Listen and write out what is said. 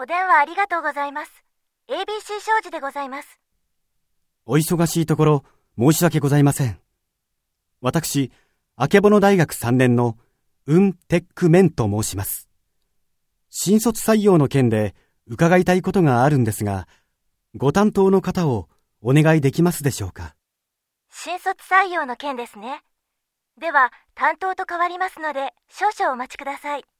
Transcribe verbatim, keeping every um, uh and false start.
お電話ありがとうございます。エービーシー 商事でございます。 お忙しいところ申し訳ございません。私、あけぼの大学さんねんのウン・テック・メンと申します。新卒採用の件で伺いたいことがあるんですが、ご担当の方をお願いできますでしょうか。 新卒採用の件ですね。では、担当と変わりますので、少々お待ちください。